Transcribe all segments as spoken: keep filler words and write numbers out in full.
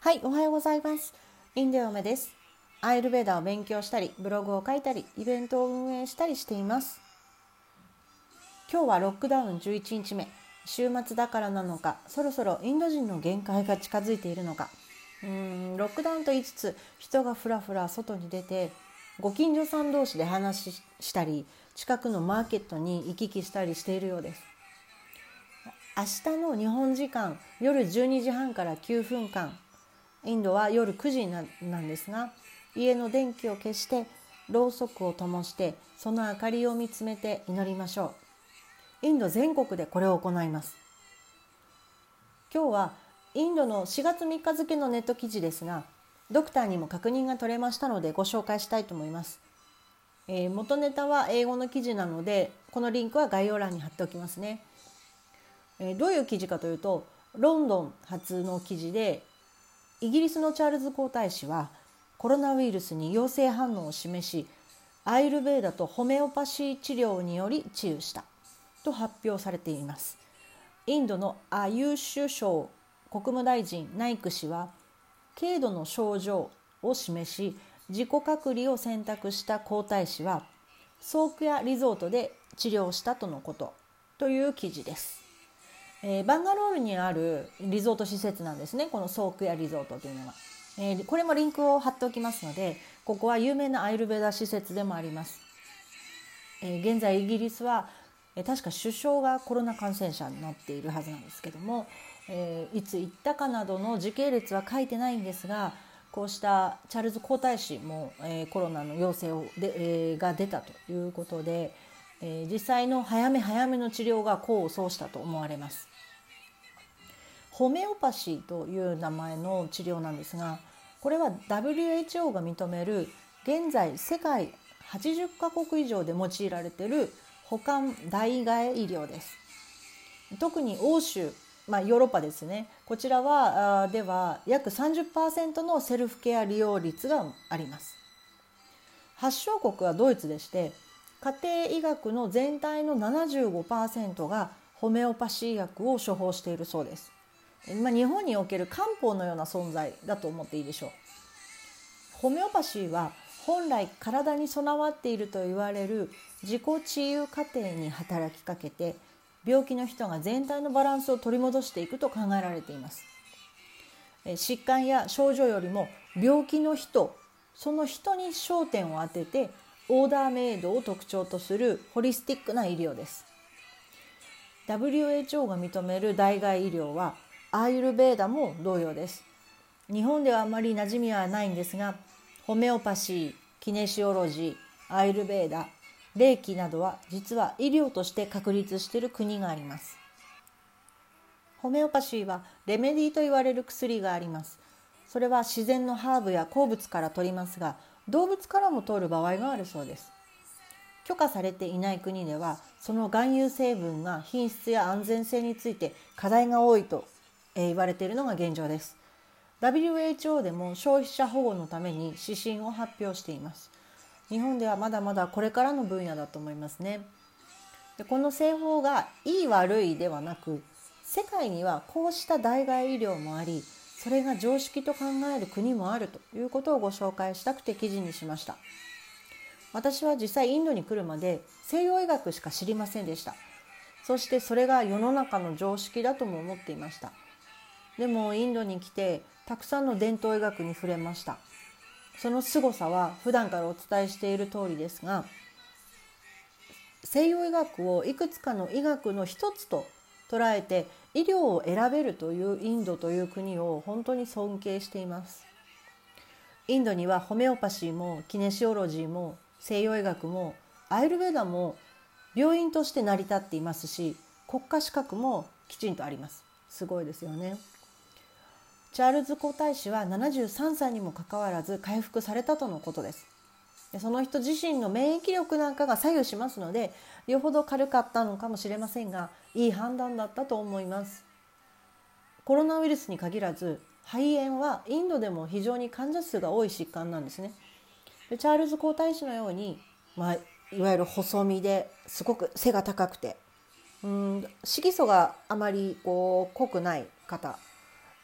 はい、おはようございます。インド嫁です。アイルベーダを勉強したり、ブログを書いたり、イベントを運営したりしています。今日はロックダウンじゅういちにちめ、週末だからなのか、そろそろインド人の限界が近づいているのか、うーんロックダウンと言いつつ、人がふらふら外に出て、ご近所さん同士で話ししたり、近くのマーケットに行き来したりしているようです。明日の日本時間夜じゅうにじはんからきゅうふんかん、インドは夜くじなんですが、家の電気を消してろうそくを灯してその明かりを見つめて祈りましょう。インド全国でこれを行います。今日はインドのしがつみっか付のネット記事ですが、ドクターにも確認が取れましたのでご紹介したいと思います。えー、元ネタは英語の記事なので、このリンクは概要欄に貼っておきますね。えー、どういう記事かというと、ロンドン発の記事で、イギリスのチャールズ皇太子はコロナウイルスに陽性反応を示し、アイルベーダとホメオパシー治療により治癒したと発表されています。インドのアユーシュ省国務大臣ナイク氏は、軽度の症状を示し自己隔離を選択した皇太子はソークヤリゾートで治療したとのことという記事です。えー、バンガロールにあるリゾート施設なんですね、このソークヤリゾートというのは。えー、これもリンクを貼っておきますので、ここは有名なアイルベーダ施設でもあります。えー、現在イギリスは、えー、確か首相がコロナ感染者になっているはずなんですけども、えー、いつ行ったかなどの時系列は書いてないんですが、こうしたチャールズ皇太子も、えー、コロナの陽性をで、えー、が出たということで、えー、実際の早め早めの治療が功を奏したと思われます。ホメオパシーという名前の治療なんですが、これは ダブリューエイチオー が認める現在世界はちじゅっかこく以上で用いられている補完代替医療です。特に欧州、まあ、ヨーロッパですね、こちらはでは約 さんじゅっパーセント のセルフケア利用率があります。発祥国はドイツでして、家庭医学の全体の ななじゅうごパーセント がホメオパシー薬を処方しているそうです。まあ、日本における漢方のような存在だと思っていいでしょう。ホメオパシーは本来体に備わっていると言われる自己治癒過程に働きかけて、病気の人が全体のバランスを取り戻していくと考えられています。疾患や症状よりも病気の人、その人に焦点を当ててオーダーメイドを特徴とするホリスティックな医療です。 ダブリューエイチオー が認める代替医療はアーユルベーダも同様です。日本ではあまり馴染みはないんですが、ホメオパシー、キネシオロジー、アーユルベーダ、霊気などは実は医療として確立している国があります。ホメオパシーはレメディと言われる薬があります。それは自然のハーブや鉱物から取りますが、動物からも取る場合があるそうです。許可されていない国では、その含有成分が品質や安全性について課題が多いと言われているのが現状です。 ダブリューエイチオー でも消費者保護のために指針を発表しています。日本ではまだまだこれからの分野だと思いますね。でこの製法がいい悪いではなく、世界にはこうした代替医療もあり、それが常識と考える国もあるということをご紹介したくて記事にしました。私は実際インドに来るまで西洋医学しか知りませんでした。そしてそれが世の中の常識だとも思っていました。でもインドに来てたくさんの伝統医学に触れました。その凄さは普段からお伝えしている通りですが、西洋医学をいくつかの医学の一つと捉えて医療を選べるというインドという国を本当に尊敬しています。インドにはホメオパシーもキネシオロジーも西洋医学もアイルベーダも病院として成り立っていますし、国家資格もきちんとあります。すごいですよね。チャールズ皇太子はななじゅうさんさいにもかかわらず回復されたとのことです。その人自身の免疫力なんかが左右しますので、よほど軽かったのかもしれませんが、いい判断だったと思います。コロナウイルスに限らず、肺炎はインドでも非常に患者数が多い疾患なんですね。でチャールズ皇太子のように、まあ、いわゆる細身ですごく背が高くて、うん色素があまりこう濃くない方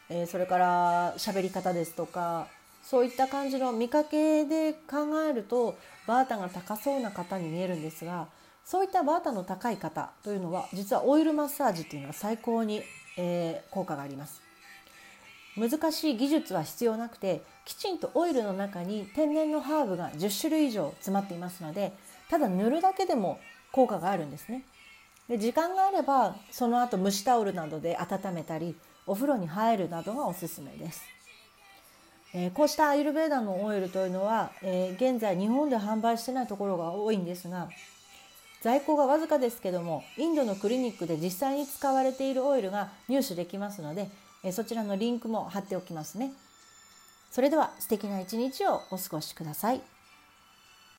えー、それから喋り方ですとか、そういった感じの見かけで考えるとバータが高そうな方に見えるんですが、そういったバータの高い方というのは実はオイルマッサージというのは最高に、えー、効果があります。難しい技術は必要なくて、きちんとオイルの中に天然のハーブがじゅっしゅるい以上詰まっていますので、ただ塗るだけでも効果があるんですね。で、時間があればその後蒸しタオルなどで温めたり、お風呂に入るなどがおすすめです。えー、こうしたアイルベーダのオイルというのは、えー、現在日本で販売してないところが多いんですが、在庫がわずかですけども、インドのクリニックで実際に使われているオイルが入手できますので、えー、そちらのリンクも貼っておきますね。それでは素敵な一日をお過ごしください。